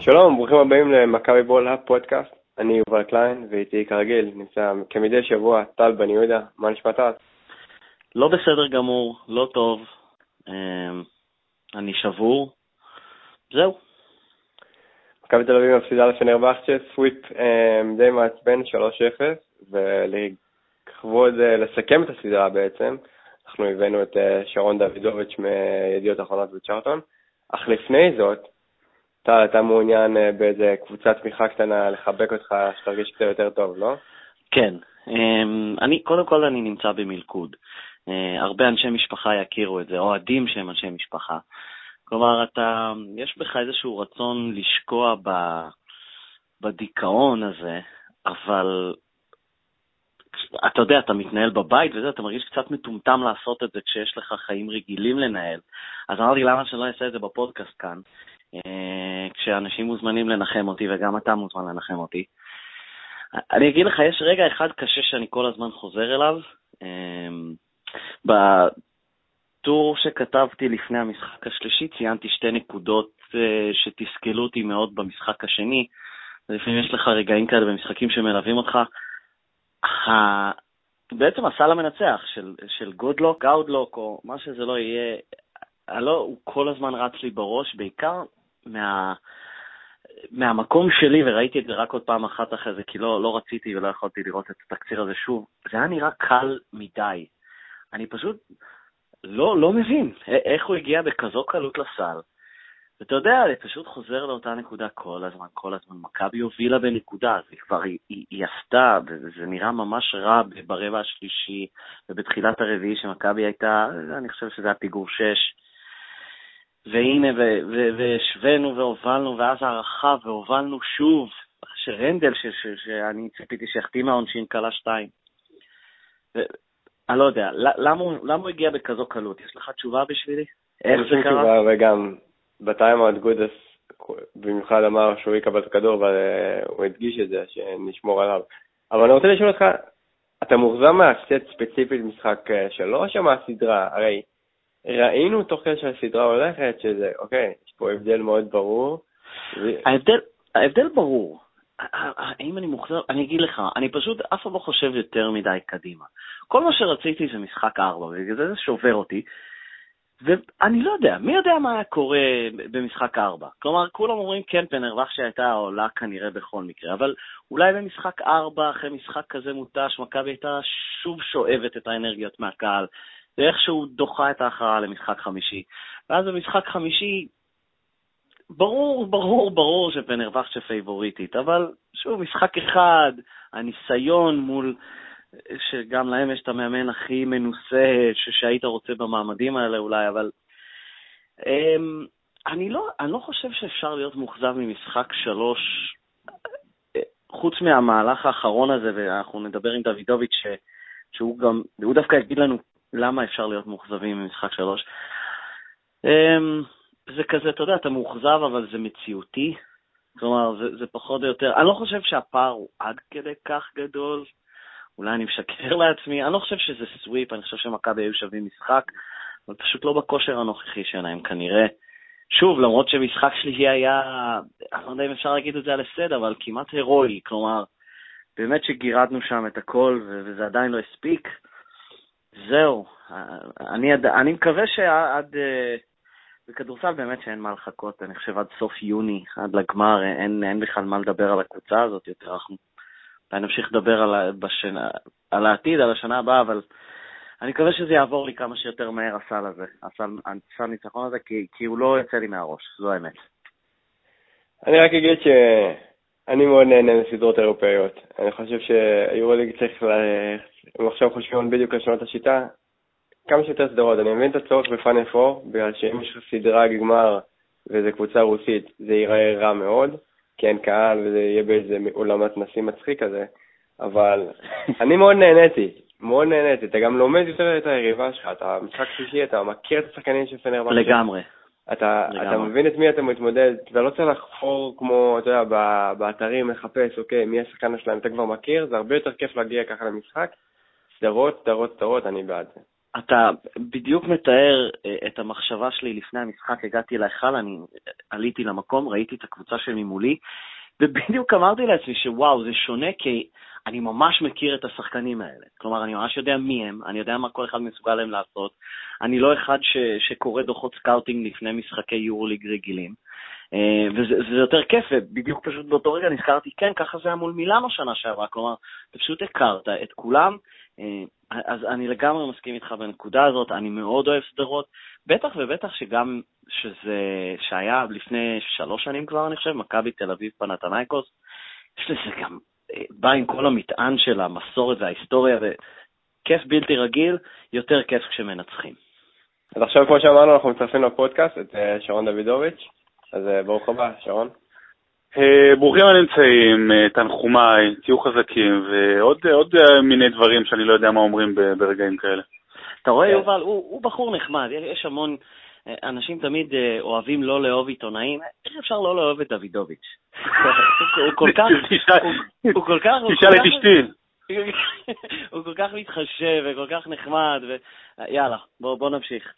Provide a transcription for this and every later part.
שלום, ברוכים הבאים למכבי בול הפודקאסט. אני יובל קליין, ואיתי כרגיל נמצא כמדי שבוע טל בן יהודה. מה נשמע טל? לא בסדר גמור, לא טוב. אני שבור. זהו. מכבי תל אביב מפסידה לפנרבחצ'ה, סוויפ די מעצבן 3-0, ולכבוד לסכם את הסדרה בעצם, אנחנו הבאנו את שרון דוידוביץ' מידיעות אחרונות וצ'רטון. אך לפני זאת, טל, אתה מעוניין באיזה קבוצת תמיכה קטנה לחבק אותך, שתרגיש קצת יותר טוב, לא? כן. קודם כל אני נמצא במלכוד. הרבה אנשי משפחה יכירו את זה, אוהדים שהם אנשי משפחה. כלומר, יש בך איזשהו רצון לשקוע בדיכאון הזה, אבל אתה יודע, אתה מתנהל בבית וזה, אתה מרגיש קצת מטומטם לעשות את זה כשיש לך חיים רגילים לנהל. אז אמרתי, למה שלא אעשה את זה בפודקאסט כאן? כשאנשים מוזמנים לנחם אותי, וגם אתה מוזמן לנחם אותי. אני אגיד לך, יש רגע אחד קשה שאני כל הזמן חוזר אליו. בטור שכתבתי לפני המשחק השלישי, ציינתי 2 נקודות שתסכלו אותי מאוד במשחק השני. לפעמים יש לך רגעים כאלה במשחקים שמלווים אותך. בעצם הסל המנצח של גודלוק, גאודלוק, או מה שזה לא יהיה, הוא כל הזמן רץ לי בראש, בעיקר מהמקום שלי, וראיתי את זה רק עוד פעם אחת אחרי זה, כי לא רציתי ולא יכולתי לראות את התקציר הזה שוב. זה היה נראה קל מדי. אני פשוט לא מבין איך הוא הגיע בכזו קלות לסל. ואתה יודע, אני פשוט חוזר לאותה נקודה כל הזמן. מכבי הובילה בנקודה, אז היא עשתה, וזה נראה ממש רע ברבע השלישי, ובתחילת הרביעי שמכבי הייתה, אני חושב שזה היה פיגור 6, והנה, והשווינו והובלנו, ואז הערכה והובלנו שוב, שרנדל, שאני ציפיתי שיחתים העונשין קלה 2. אני לא יודע, למה הוא הגיע בכזו קלות? יש לך תשובה בשבילי? איך זה קרה? תשובה, וגם בטיים עוד גודס, במיוחד אמר שהוא יקבל את הכדור, והוא הדגיש את זה, שנשמור עליו. אבל אני רוצה לשאול אותך, אתה מוחזר מהסט ספציפית משחק 3 או מהסדרה? הרי ראינו תוך כדי שהסדרה הולכת שזה, אוקיי, יש פה הבדל מאוד ברור. ההבדל ברור. האם אני מוחזר? אני אגיד לך, אני פשוט אף פעם לא חושב יותר מדי קדימה. כל מה שרציתי זה משחק 4, וזה שובר אותי. ואני לא יודע, מי יודע מה היה קורה במשחק 4? כלומר, כולם אומרים, כן, פנרבחצ'ה שהייתה עולה כנראה בכל מקרה, אבל אולי במשחק 4, אחרי משחק כזה מוטש, מכבי הייתה שוב שואבת את האנרגיות מהקהל, ואיכשהו דוחה את ההכרעה למשחק 5. ואז במשחק 5, ברור שפנרבחצ'ה פייבוריטית, אבל שוב, משחק אחד, הניסיון מול, שגם להם יש את המאמן הכי מנוסה שהיית רוצה במעמדים האלה אולי, אבל אני לא חושב שאפשר להיות מוחזב ממשחק 3, חוץ מהמהלך האחרון הזה, ואנחנו נדבר עם דוידוביץ' שהוא דווקא יגיד לנו למה אפשר להיות מוחזבים ממשחק 3. זה כזה, אתה יודע, אתה מוחזב, אבל זה מציאותי. כלומר, זה פחות או יותר. אני לא חושב שהפער הוא עד כדי כך גדול. אולי אני משקר לעצמי. אני לא חושב שזה סוויפ, אני חושב שמכבי היו שווים משחק, אבל פשוט לא בכושר הנוכחי שלהם, כנראה. שוב, למרות שמשחק שלי היה, אני לא יודע אם אפשר להגיד את זה על הסד, אבל כמעט הירואי. כלומר, באמת שגירדנו שם את הכל, וזה עדיין לא הספיק. זהו. אני מקווה שעד בכדורסל באמת שאין מה לחכות, אני חושב עד סוף יוני, עד לגמר, אין בכלל מה לדבר על הקבוצה הזאת יותר. אנחנו נמשיך לדבר על העתיד, על השנה הבאה, אבל אני מקווה שזה יעבור לי כמה שיותר מהר הסל הזה, הסל ניצחון הזה, כי הוא לא יצא לי מהראש, זו האמת. אני רק אגיד שאני מאוד נהנה מסדרות אירופאיות. אני חושב שהיורוליג צריך, הם עכשיו חושבים בדיוק לשנות השיטה, כמה שיותר סדרות. אני מבין את הצורך בפאנל 4, בגלל שאם יש סדרה גמר וזו קבוצה רוסית, זה ייראה רע מאוד, כי אין קהל וזה יהיה באיזה עולמת נסים מצחיק כזה, אבל אני מאוד נהניתי, אתה גם לומד יותר את היריבה שלך, אתה משחק שלישי, אתה מכיר את השחקנים של פנרבחצ'ה. לגמרי. אתה מבין את מי אתה מתמודד, אתה לא צריך לחפור כמו, אתה יודע, באתרים מחפש, אוקיי, מי השחקן שלהם, אתה כבר מכיר, זה הרבה יותר כיף להגיע ככה למשחק. סדרות, אני בעד זה. אתה בדיוק מתאר את המחשבה שלי לפני המשחק, הגעתי להיכל, אני עליתי למקום, ראיתי את הקבוצה שלי מולי, ובדיוק אמרתי לעצמי שוואו, זה שונה, כי אני ממש מכיר את השחקנים האלה. כלומר, אני ממש יודע מי הם, אני יודע מה כל אחד מסוגל להם לעשות. אני לא אחד שקורא דוחות סקאוטינג לפני משחקי יורוליג רגילים. וזה יותר כיף, ובדיוק פשוט באותו רגע נזכרתי, כן, ככה זה היה מול מילאנו שנה שעברה, כלומר, אתה פשוט הכרת את כולם, אז אני לגמרי מסכים איתך בנקודה הזאת, אני מאוד אוהב סדרות, בטח ובטח שגם שהיה לפני 3 שנים כבר, אני חושב, מכבי תל אביב פנתנייקוס, יש לזה גם, בא עם כל המטען של המסורת וההיסטוריה, וכיף בלתי רגיל, יותר כיף כשמנצחים. אז עכשיו, כמו שאמרנו, אנחנו מצטרפים לפודקאסט, את שרון דוידוביץ', אז ברוך הבא, שרון. ברוכים הנמצאים, תנחומיי, תהיו חזקים, ועוד מיני דברים שאני לא יודע מה אומרים ברגעים כאלה. אתה רואה, יובל, הוא בחור נחמד, יש המון, אנשים תמיד אוהבים לא לאהוב עיתונאים, איך אפשר לא לאהוב את דוידוביץ'? הוא כל כך... תשאל את אשתי. הוא כל כך מתחשב וכל כך נחמד, יאללה, בוא נמשיך.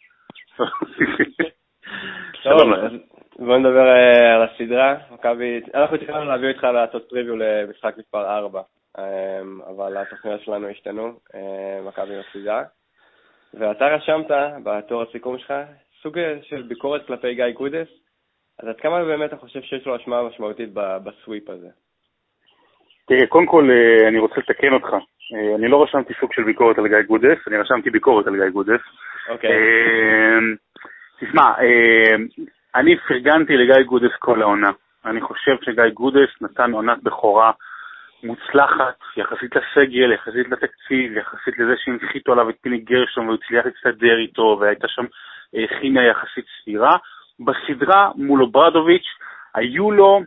טוב, בוא נדבר על הסדרה. אנחנו תכננו להביא אותך לעשות פריוויו למשחק מספר 4, אבל התוכניות שלנו השתנו, מכבי מפסידה. ואתה רשמת בתור הסיכום שלך סוג של ביקורת כלפי גיא גודס, אז עד כמה באמת אתה חושב שיש לו אשמה משמעותית בסוויפ הזה? תראה, קודם כל אני רוצה לתקן אותך. אני לא רשמתי סוג של ביקורת על גיא גודס, אני רשמתי ביקורת על גיא גודס. אוקיי. תשמע, אני פרגנתי לגיא גודס כל העונה. אני חושב שגיא גודס נתן עונת בכורה מוצלחת, יחסית לסגל, יחסית לתקציב, יחסית לזה שהנחיתו עליו את פיני גרשון והוא הצליח להסתדר איתו, והייתה שם כימיה יחסית סבירה. בסדרה מול אוברדוביץ' היו לו,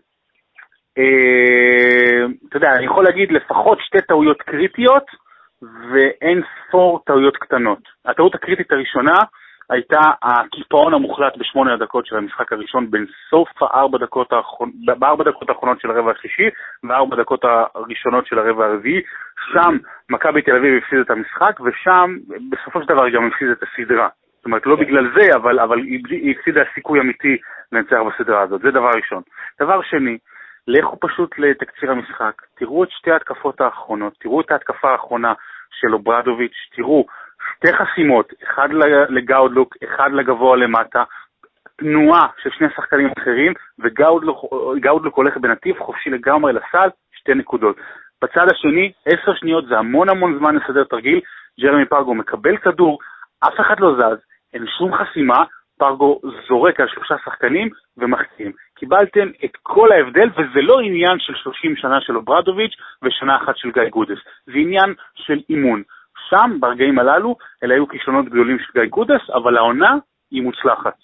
אתה יודע, אני יכול להגיד לפחות 2 טעויות קריטיות ואין ספור טעויות קטנות. הטעות הקריטית הראשונה הייתה הקיפאון המוחלט ב8 הדקות של המשחק הראשון, בין סוף ב4 דקות האחרונות של הרבע השלישי ו4 דקות הראשונות של הרבע הרביעי. שם מכבי תל אביב הפסיד את המשחק, ושם בסופו של דבר גם הפסיד את הסדרה. זאת אומרת, לא בגלל זה, אבל היא הפסידה סיכוי אמיתי לנצח בסדרה הזאת. זה דבר ראשון. דבר שני, לכו פשוט לתקציר המשחק, תראו את 2 ההתקפות האחרונות, תראו את ההתקפה האחרונה של אוברדוביץ', תראו 2 חסימות, 1 לגאודלוק, 1 לגבוה למטה, תנועה של 2 שחקנים אחרים, וגאודלוק הולך בנתיב חופשי לגמרי לסל, 2 נקודות. בצד השני, 10 שניות זה המון זמן לסדר תרגיל, ג'רמי פרגו מקבל כדור, אף אחד לא זז, אין שום חסימה, פרגו זורק על 3 שחקנים ומחתים. קיבלתם את כל ההבדל, וזה לא עניין של 30 שנה של אוברדוביץ' ושנה אחת של גיא גודס. זה עניין של אימון. שם, ברגעים הללו, אלה היו כישלונות גדולים של גיא גודס, אבל העונה היא מוצלחת.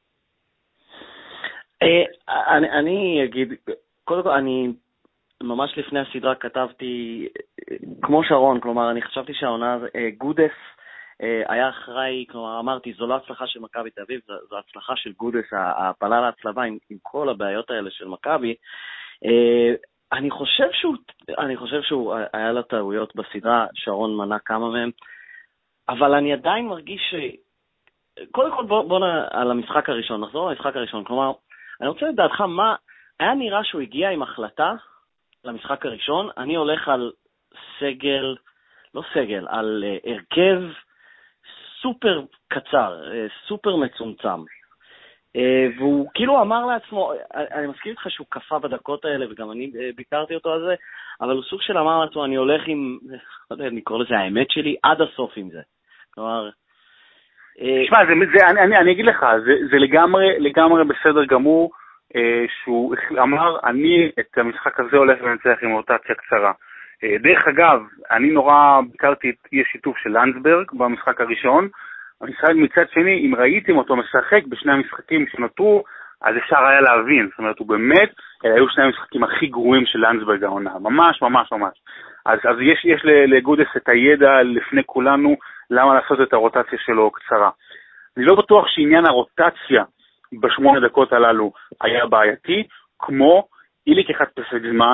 אני אגיד, קודם כל, אני ממש לפני הסדרה כתבתי, כמו שרון, כלומר, אני חשבתי שהעונה, גודס, היה אחראי, כלומר, אמרתי, זו לא הצלחה של מכבי תל אביב, זו הצלחה של גודס, הפלה להצלבה עם כל הבעיות האלה של מכבי. אני חושב שהוא היה לה טעויות בסדרה, שרון מנה כמה מהם, אבל אני עדיין מרגיש קודם כל בוא על המשחק הראשון, נחזור למשחק הראשון, כלומר, אני רוצה לדעתך מה, היה נראה שהוא הגיע עם החלטה למשחק הראשון, אני הולך על סגל, לא סגל, על הרכב סופר קצר, סופר מצומצם. והוא כאילו אמר לעצמו, אני מסכים איתך שהוא קפה בדקות האלה, וגם אני ביקרתי אותו על זה, אבל הוא סוג של אמר לעצמו, אני הולך עם, לא יודע, אני קורא לזה האמת שלי, עד הסוף עם זה. כלומר... תשמע, אני אגיד לך, זה לגמרי בסדר גמור, שהוא אמר, אני את המשחק הזה הולך לנצח עם רוטציה קצרה. דרך אגב, אני נורא ביקרתי את אי השיתוף של לנדסברג במשחק הראשון, המשחק מצד שני, אם ראיתם אותו משחק בשני המשחקים שנותרו, אז אפשר היה להבין, זאת אומרת, הוא באמת, היו שני המשחקים הכי גרועים של לנדסברג העונה, ממש. אז יש לגודס את הידע לפני כולנו, למה לעשות את הרוטציה שלו קצרה. אני לא בטוח שעניין הרוטציה ב8 דקות הללו היה בעייתי, כמו איליק אחד פסק זמן,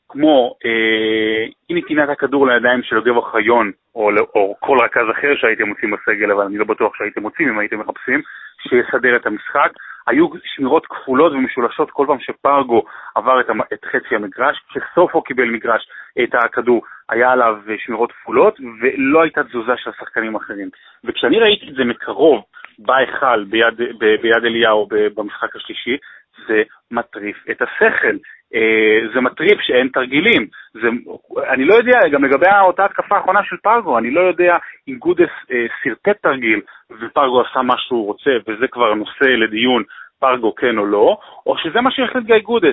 כמו אם נתינת הכדור לידיים של יוגב אוחיון, או כל רכז אחר שהייתם מוצאים בסגל, אבל אני לא בטוח שהייתם מוצאים אם הייתם מחפשים, שיסדר את המשחק. היו שמירות כפולות ומשולשות כל פעם שפרגו עבר את חצי המגרש, כשסופו קיבל מגרש את הכדור, היה עליו שמירות כפולות, ולא הייתה תזוזה של השחקנים האחרים. וכשאני ראיתי את זה מקרוב, בהיכל ביד אליהו במשחק השלישי, זה מטריף את השכל. זה מטריף שאין תרגילים. אני לא יודע, גם לגבי אותה התקפה האחרונה של פרגו, אני לא יודע אם גודס סרטט תרגיל ופרגו עשה מה שהוא רוצה, וזה כבר נושא לדיון, פרגו כן או לא, או שזה מה שהחליט גיא גודס.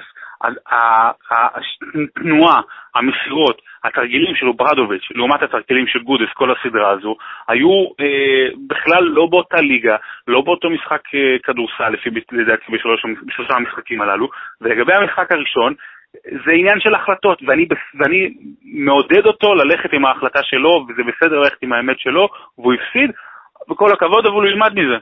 התנועה, המסירות, התרגילים של אוברדוביץ' לעומת התרגילים של גודס, כל הסדרה הזו, היו בכלל לא באותה ליגה, לא באותו משחק כדורסל, לפי לדעתי בשלושה המשחקים הללו. ולגבי המשחק הראשון, זה עניין של החלטות, ואני מעודד אותו ללכת עם ההחלטה שלו, וזה בסדר ללכת עם האמת שלו, והוא הפסיד, וכל הכבוד, אבל הוא ילמד מזה.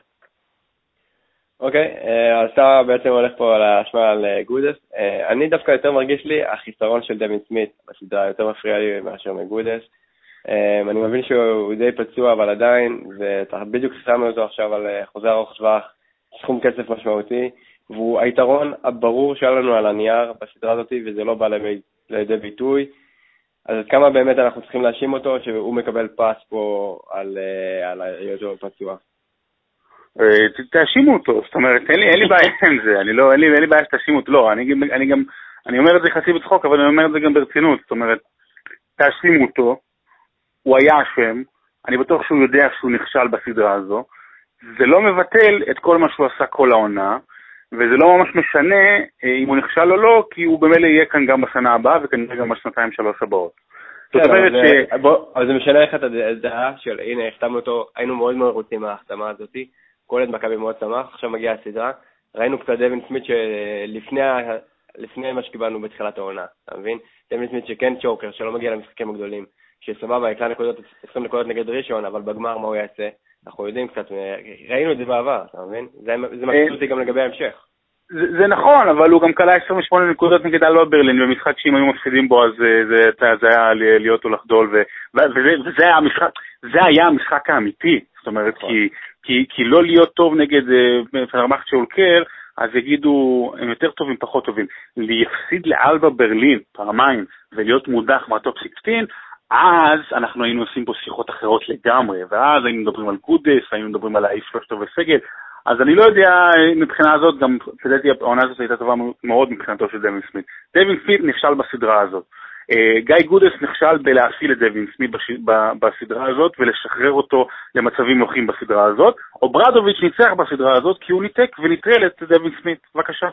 אוקיי, אז אתה בעצם הולך פה להשמע על גודס. אני דווקא יותר מרגיש לי, החיסרון של דווין סמית בסדרה יותר מפריע לי מאשר מגודס. אני מבין שהוא די פצוע, אבל עדיין, ואתה בדיוק שמנו אותו עכשיו על חוזה ארוך טווח, סכום כסף משמעותי, והוא היתרון הברור שהיה לנו על הנייר בסדרה הזאת, וזה לא בא לידי ביטוי. אז כמה באמת אנחנו צריכים להאשים אותו, שהוא מקבל פס פה על היותו פצוע? תאשימו אותו, זאת אומרת, אין לי בעיה עם זה, אין לי בעיה שתאשימו אותו, לא, אני אומר את זה חצי בצחוק, אבל אני אומר את זה גם ברצינות, זאת אומרת, תאשימו אותו, הוא היה אשם, אני בטוח שהוא יודע שהוא נכשל בסדרה הזו, זה לא מבטל את כל מה שהוא עשה כל העונה, וזה לא ממש משנה אם הוא נכשל או לא, כי הוא במילא יהיה כאן גם בשנה הבאה, וכנראה גם בשנתיים שלוש הבאות. אבל זה משנה איך את הדעה של, הנה, החתמנו אותו, היינו מאוד מאוד רוצים מההחתמה הזאת, כל את מכבי מאוד שמח, עכשיו מגיעה הסדרה, ראינו קצת דווין סמית שלפני מה שקיבלנו בתחילת העונה, אתה מבין? דווין סמית שכן צ'וקר, שלא מגיע למשחקים הגדולים, שסבבה, יקלה 20 נקודות נגד ראשון, אבל בגמר מה הוא יעשה? אנחנו יודעים קצת, ראינו את זה בעבר, אתה מבין? זה מקצוע אותי גם לגבי ההמשך. זה נכון, אבל הוא גם קלה 28 נקודות נגד אלבה ברלין, במשחק שאם היו מפסידים בו, אז זה היה להיות או לחדול, וזה היה המשחק האמיתי, זאת אומרת, כי לא להיות טוב נגד פנרבכט שאולקר, אז יגידו, הם יותר טובים, פחות טובים. להפסיד לאלבה ברלין פעמיים, ולהיות מודח מהטופ 16, אז אנחנו היינו עושים פה שיחות אחרות לגמרי, ואז היינו מדברים על גודס, היינו מדברים על האיף שלושתו וסגל, אז אני לא יודע, מבחינה הזאת, גם צדדתי, העונה הזאת הייתה טובה מאוד מבחינתו של דווין סמית. דווין סמית נכשל בסדרה הזאת. גיא גודס נכשל בלהפעיל את דווין סמית בסדרה הזאת, ולשחרר אותו למצבים נוחים בסדרה הזאת. אוברדוביץ' ניצח בסדרה הזאת, כי הוא ניתק ונטרל את דווין סמית. בבקשה.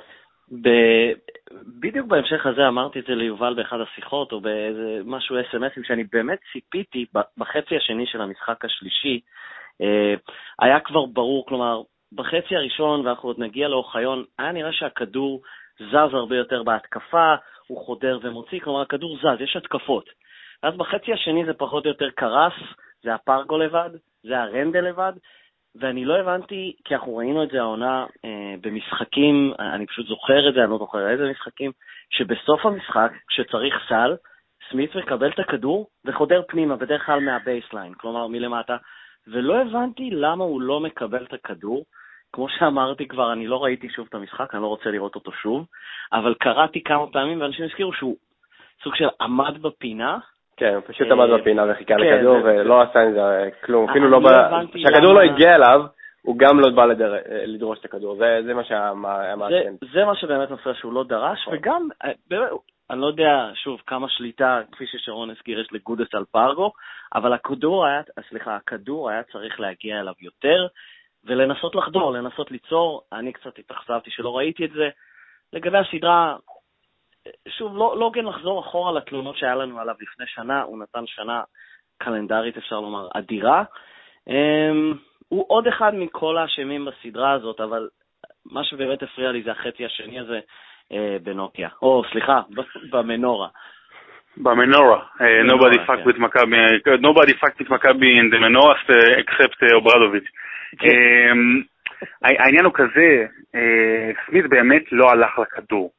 בדיוק בהמשך הזה אמרתי את זה ליובל באחד השיחות, או באיזה משהו SMSים, שאני באמת ציפיתי בחצי השני של המשחק השלישי, היה כבר ברור, כלומר, בחצי הראשון, ואנחנו עוד נגיע לאוחיון, היה נראה שהכדור זז הרבה יותר בהתקפה, הוא חודר ומוציא, כלומר הכדור זז, יש התקפות. אז בחצי השני זה פחות או יותר קרס, זה הפרגו לבד, זה הרנדל לבד, ואני לא הבנתי, כי אנחנו ראינו את זה העונה במשחקים, אני פשוט זוכר את זה, אני לא זוכר איזה משחקים, שבסוף המשחק, כשצריך סל, סמית מקבל את הכדור וחודר פנימה, בדרך כלל מהבייסליין, כלומר מלמטה, ולא הבנתי למה הוא לא מקבל את הכדור. כמו שאמרתי כבר, אני לא ראיתי שוב את המשחק, אני לא רוצה לראות אותו שוב, אבל קראתי כמה פעמים, ואנשים הזכירו שהוא סוג של עמד בפינה. כן, הוא פשוט עמד בפינה וחיכה לכדור, ולא עשה עם זה כלום. אפילו לא כשהכדור לא הגיע אליו, הוא גם לא בא לדרוש את הכדור. זה מה שהמעצן. זה מה שבאמת מפריע שהוא לא דרש, וגם, אני לא יודע, שוב, כמה שליטה, כפי ששרון הזכיר, יש לגודס על פרגו, אבל הכדור היה צריך להגיע אליו יותר, ולנסות לחדור, לנסות ליצור. אני קצת התאכזבתי שלא ראיתי את זה. לגבי הסדרה, שוב, לא כן לחזור אחורה לתלונות שהיה לנו עליו לפני שנה, הוא נתן שנה קלנדרית, אפשר לומר, אדירה. הוא עוד אחד מכל האשמים בסדרה הזאת, אבל מה שבאמת הפריע לי זה החצי השני הזה בנוקיה. סליחה, במנורה. במנורה. Nobody fucked with Maccabi in the menorah except Obradovic. העניין הוא כזה, סמית באמת לא הלך לכדור.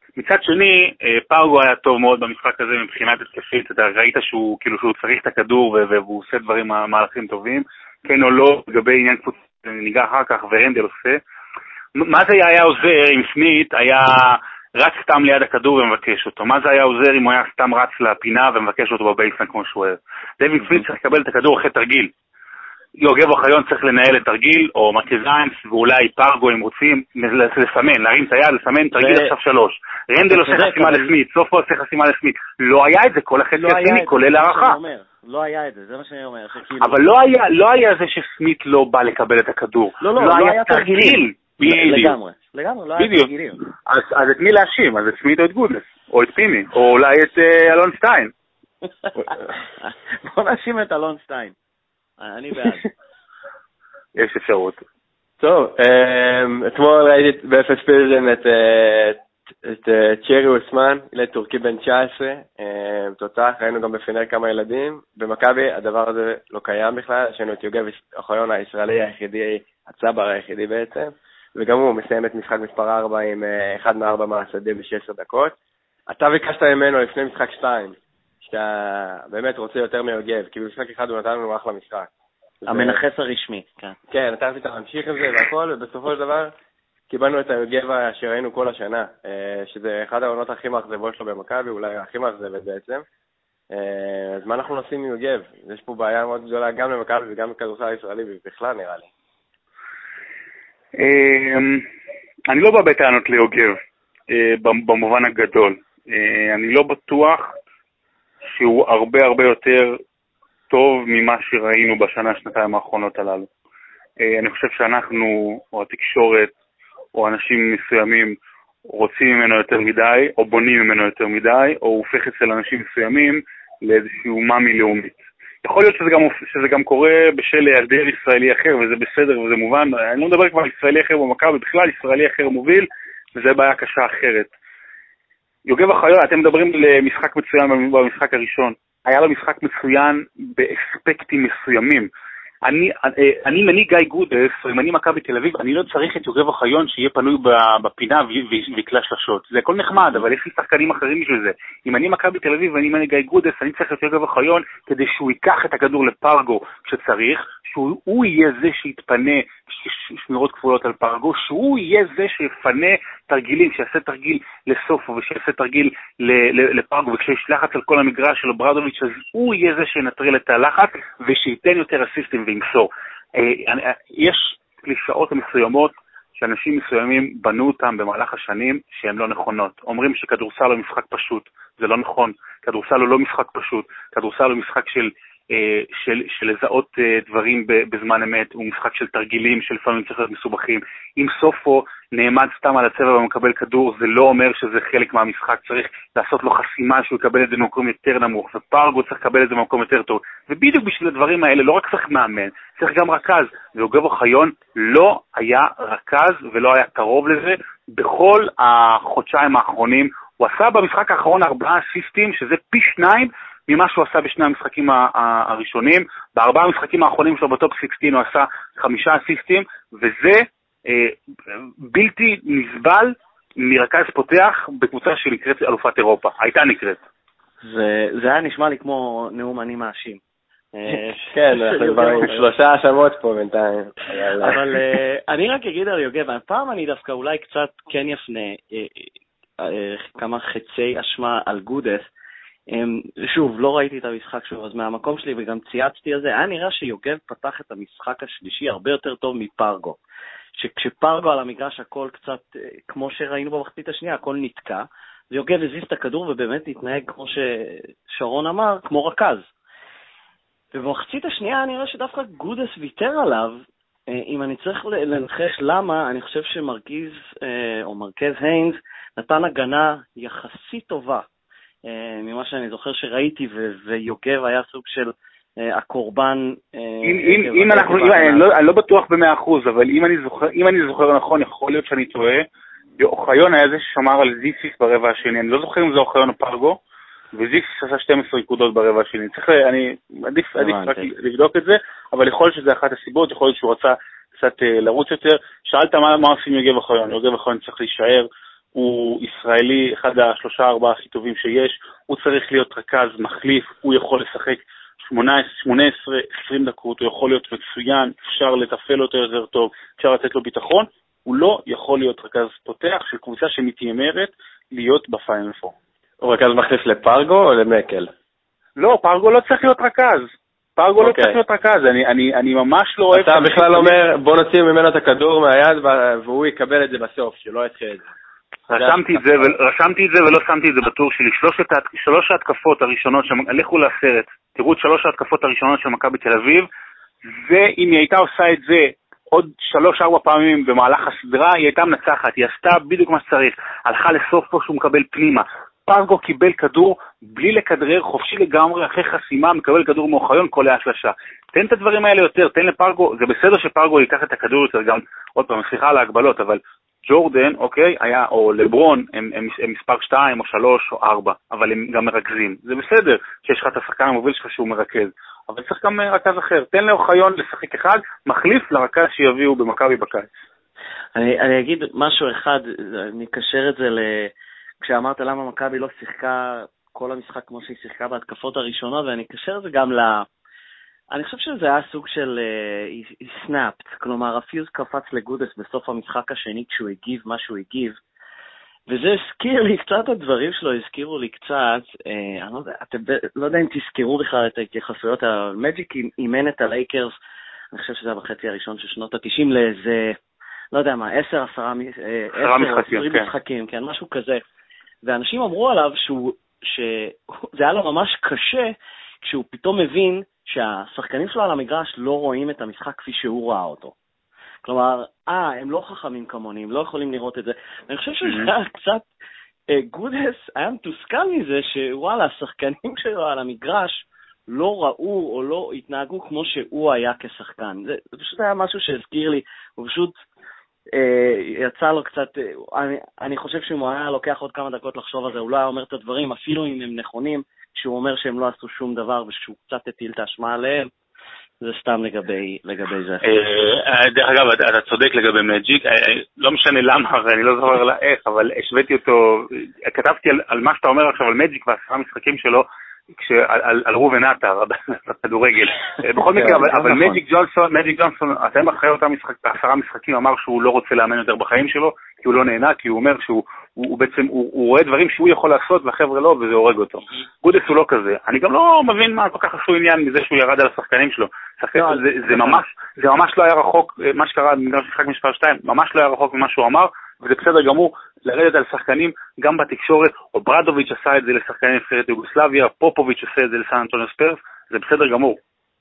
מצד שני, פרגו היה טוב מאוד במשחק הזה מבחינת התקפית, אתה ראית שהוא צריך את הכדור והוא עושה דברים מהלכים טובים, כן או לא, לגבי עניין קבוצה, ניגע אחר כך ורנדל עושה. מה זה היה עוזר אם סמית היה רץ סתם ליד הכדור ומבקש אותו? מה זה היה עוזר אם הוא היה סתם רץ לפינה ומבקש אותו בבייסן כמו שהוא אוהב? דייוויד סמית צריך לקבל את הכדור אחרי תרגיל. יוגב אוחיון צריך לנהל את תרגיל, או מקזיינס, ואולי פרגו אם רוצים, לסמן, להרים את היד, לסמן תרגיל עכשיו 3. רנדל עושה חסימה לסמית, סופו עושה חסימה לסמית. לא היה את זה, כל החצי הסיני, כולל הערכה. לא היה את זה, זה מה שאני אומר. אבל לא היה זה שסמית לא בא לקבל את הכדור. לא היה תרגילים. לגמרי, לא היה תרגילים. אז את מי להאשים? אז את סמית או את גודס, או את פימי, או אולי את אלון סטיין. בוא נאשים את אלון סטיין. אני בעד. יש אפשרות. טוב, אתמול ראיתי באפס פיזם את צ'רי אוסמן, ילד טורקי בן 19, תוצאה, ראינו גם בפינר כמה ילדים. במכבי הדבר הזה לא קיים בכלל, יש לנו את יוגב אוחיון הישראלי היחידי, הצבר היחידי בעצם, וגם הוא מסיים את משחק מספר 4 עם 1 מ-4 מהשדה ב-16 דקות. אתה ביקשת ממנו לפני משחק 2, שאתה באמת רוצה יותר מיוגב, כי במשחק אחד הוא נתן לנו אחלה משחק. המנחס הרשמי, כן. כן, אתה רצית להמשיך עם זה והכל, ובסופו של דבר קיבלנו את היוגב שראינו כל השנה, שזה אחד העונות הכי מאכזבות שלו במכבי, אולי הכי מאכזבת בעצם. אז מה אנחנו עושים עם יוגב? יש פה בעיה מאוד גדולה גם למכבי וגם בכדורסל הישראלי בכלל נראה לי. אני לא בא בטענות ליוגב במובן הגדול. אני לא בטוח שהוא הרבה יותר טוב ממה שראינו שנתיים האחרונות הללו. אני חושב שאנחנו, או התקשורת, או אנשים מסוימים, רוצים ממנו יותר מדי, או בונים ממנו יותר מדי, או הופך אצל אנשים מסוימים לאיזשהו מאמי לאומית. יכול להיות שזה גם קורה בשל היעדר ישראלי אחר, וזה בסדר וזה מובן. אני לא מדבר כבר על ישראלי אחר במכבי, בכלל ישראלי אחר מוביל, וזה בעיה קשה אחרת. יוגב אוחיון, אתם מדברים למשחק מצוין במשחק הראשון. היה לו משחק מצוין באספקטים מסוימים. אני מני גיא גודס, או אם אני מכבי תל אביב, אני לא צריך את יוגב אוחיון שיהיה פנוי בפינה ויקלע שלשות. זה הכל נחמד, אבל יש לי שחקנים אחרים בשביל זה. אם אני מכבי תל אביב ואני מני גיא גודס, אני צריך את יוגב אוחיון כדי שהוא ייקח את הכדור לפרגו כשצריך, שהוא יהיה זה שיתפנה שמירות כפולות על פרגו, שהוא יהיה זה שיפנה תרגילים, שיעשה תרגיל לסופו ושיעשה תרגיל לפרגו, וכשיש לחץ על כל המגרש של ברדוביץ', אז הוא יהיה זה שינטרל את הלחץ ושייתן יותר אסיסטים וימסור. יש קלישאות מסוימות שאנשים מסוימים בנו אותם במהלך השנים שהן לא נכונות. אומרים שכדורסל הוא משחק פשוט, זה לא נכון. כדורסל הוא לא משחק פשוט, כדורסל הוא משחק של לזהות דברים בזמן אמת, הוא משחק של תרגילים שלפעמים צריך להיות מסובכים. אם סופו נעמד סתם על הצבע ומקבל כדור, זה לא אומר שזה חלק מהמשחק, צריך לעשות לו חסימה שהוא יקבל את זה במקום יותר נמוך, ופרגו צריך לקבל את זה במקום יותר טוב. ובדיוק בשביל הדברים האלה לא רק צריך מאמן, צריך גם רכז, ויוגב אוחיון לא היה רכז ולא היה קרוב לזה בכל החודשיים האחרונים. הוא עשה במשחק האחרון 4 אסיסטים, שזה פי 2 ממה שהוא עשה בשני המשחקים הראשונים. ב4 המשחקים האחרונים שלו בטופ 16 הוא עשה 5 אסיסטים, וזה בלתי נסבל מרכז פותח בקבוצה שנקראת אלופת אירופה. הייתה נקראת. זה היה נשמע לי כמו נאום אני מאשים. כן, אנחנו כבר עם 3 האשמות פה בינתיים. אבל אני רק אגיד על יוגב, הפעם אני דווקא אולי קצת כן יפנה כמה חצי אשמה על גודס. שוב, לא ראיתי את המשחק שוב, אז מהמקום שלי וגם צייצתי על זה, היה נראה שיוגב פתח את המשחק השלישי הרבה יותר טוב מפרגו. שכשפרגו על המגרש הכל קצת, כמו שראינו במחצית השנייה, הכל נתקע, ויוגב הזיז את הכדור ובאמת התנהג, כמו ששרון אמר, כמו רכז. ובמחצית השנייה נראה שדווקא גודס ויתר עליו, אם אני צריך לנחש למה, אני חושב שמרכז היינס נתן הגנה יחסית טובה, ממה שאני זוכר שראיתי, ויוגב היה סוג של הקורבן. אני לא בטוח ב100%, אבל אם אני זוכר נכון, יכול להיות שאני טועה, אוחיון היה זה ששמר על זיסיס ברבע השני, אני לא זוכר אם זה אוחיון או פרגו, וזיסיס עשה 12 נקודות ברבע השני. אני עדיף רק לבדוק את זה, אבל יכול להיות שזה אחת הסיבות, יכול להיות שהוא רצה קצת לרוץ יותר. שאלת מה עושים יוגב אוחיון? יוגב אוחיון צריך להישאר, הוא ישראלי, אחד ה3-4 הכי טובים שיש, הוא צריך להיות רכז מחליף, הוא יכול לשחק 18, 20 דקות, הוא יכול להיות מצוין, אפשר לטפל אותו יותר טוב, אפשר לתת לו ביטחון, הוא לא יכול להיות רכז פותח של קבוצה שמתיימרת להיות בפיינל פור. הוא רכז מחליף לפרגו או למקל? לא, פרגו לא צריך להיות רכז. פרגו לא צריך להיות רכז, אני ממש לא אוהב... אתה בכלל אומר, בוא נוציא ממנו את הכדור מהיד והוא יקבל את זה בסוף, שלא יתחיל את זה. רשמתי את זה ולא שמתי את זה בטור שלי. 3 ההתקפות הראשונות, הלכו לסרט, תראו את 3 ההתקפות הראשונות של מכבי תל אביב, ואם היא הייתה עושה את זה עוד 3-4 פעמים במהלך הסדרה, היא הייתה מנצחת, היא עשתה בדיוק מה שצריך, הלכה לסוף פה שהוא מקבל פנימה. פרגו קיבל כדור בלי לכדרר, חופשי לגמרי, אחרי חסימה, מקבל כדור מאוחיון, קולע שלשה. תן את הדברים האלה יותר, תן לפרגו, זה בסדר שפרגו ייקח את הכדור יותר גם, עוד פעם, סליחה על ההגבלות, אבל ג'ורדן, אוקיי, היה, או לברון, הם מספר 2 או 3 או 4, אבל הם גם מרכזים. זה בסדר שיש לך את השחקן המוביל שלך שהוא מרכז, אבל צריך גם רכז אחר. תן לאוחיון לשחק אחד, מחליף לרכז שיביאו במכבי בקיץ. אני אגיד משהו אחד, אני אקשר את זה כשאמרת למה מכבי לא שיחקה כל המשחק כמו שהיא שיחקה בהתקפות הראשונות, ואני אקשר את זה גם אני חושב שזה היה סוג של סנאפט, כלומר הפיוז קפץ לגודס בסוף המשחק השני כשהוא הגיב מה שהוא הגיב, וזה הזכיר לי קצת, הדברים שלו הזכירו לי קצת, אני לא יודע אם תזכרו בכלל את ההתייחסויות, המג'יק אימן את הלייקרס, אני חושב שזה היה בחצי הראשון של שנות ה-90 לאיזה, לא יודע מה, 10 משחקים, כן, משהו כזה, ואנשים אמרו עליו שזה היה לו ממש קשה כשהוא פתאום מבין שהשחקנים שלו על המגרש לא רואים את המשחק כפי שהוא ראה אותו. כלומר, הם לא חכמים כמוני, הם לא יכולים לראות את זה. אני חושב שזה היה קצת, גודס היה מתוסכל מזה שוואלה, השחקנים שלו על המגרש לא ראו או לא התנהגו כמו שהוא היה כשחקן. זה פשוט היה משהו שהזכיר לי, הוא פשוט יצא לו קצת, אני חושב שאם הוא היה לוקח עוד כמה דקות לחשוב על זה, הוא לא היה אומר את הדברים, אפילו אם הם נכונים, כשהוא אומר שהם לא עשו שום דבר ושהוא קצת הטיל את האשמה עליהם, זה סתם לגבי זה. דרך אגב, אתה צודק לגבי מג'יק, לא משנה למה, ואני לא זוכר לה איך, אבל השוויתי אותו, כתבתי על מה שאתה אומר עכשיו על מג'יק והעשרה משחקים שלו, על רובן עטר, בכדורגל. בכל מקרה, אבל מג'יק ג'ונסון, אתם אחרי אותם 10 משחקים, אמר שהוא לא רוצה לאמן יותר בחיים שלו, כי הוא לא נהנה, כי הוא אומר שהוא בעצם, הוא רואה דברים שהוא יכול לעשות, והחבר'ה לא, וזה הורג אותו. גודס הוא לא כזה. אני גם לא מבין מה כל כך עשו עניין מזה שהוא ירד על השחקנים שלו. זה ממש לא היה רחוק, מה שקרה במגרש משחק מספר 2, ממש לא היה רחוק ממה שהוא אמר, וזה בסדר גמור לרדת על שחקנים גם בתקשורת, או ברדוביץ' עשה את זה לשחקנים נבחרת יוגוסלביה, פופוביץ' עשה את זה לסן אנטוניו ספרס, זה בסדר גמור.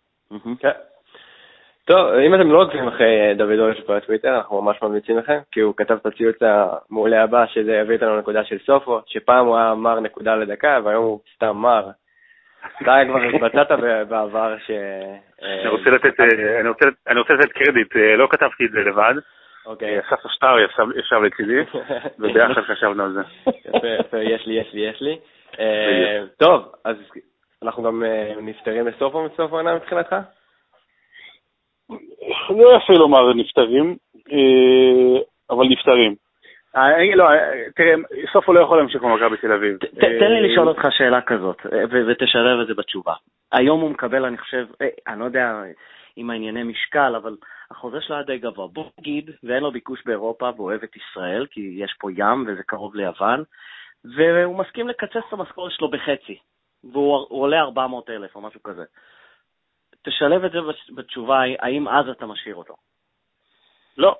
טוב, אם אתם לא עוקבים אחרי דוד אורש בטוויטר, אנחנו ממש ממליצים לכם, כי הוא כתב את הציוץ המעולה הבא, שזה יביא אותנו נקודה של סופו, שפעם הוא היה מר נקודה לדקה, והיום הוא סתם מר. אתה כבר התבצעת בעבר ש... אני רוצה לתת קרדיט, לא כתבתי את זה לבד. אסף אשטרי ישב לצידי, וביחד חשבנו על זה. יפה, יש לי. טוב, אז אנחנו גם נפטרים לסופו עונה מבחינתך? לא יפה לומר נפטרים, אבל נפטרים. תראה, סופו לא יכול להמשיך במכבי בתל אביב. תן לי לשאול אותך שאלה כזאת, ותשלב את זה בתשובה. היום הוא מקבל, אני חושב, אני לא יודע עם הענייני משקל, אבל החוזה שלו היה די גבוה. בוא נגיד, ואין לו ביקוש באירופה, והוא אוהב את ישראל, כי יש פה ים וזה קרוב ליוון, והוא מסכים לקצץ את המשכורת שלו בחצי, והוא עולה 400,000 או משהו כזה. תשלב את זה בתשובה, האם אז אתה משאיר אותו? לא.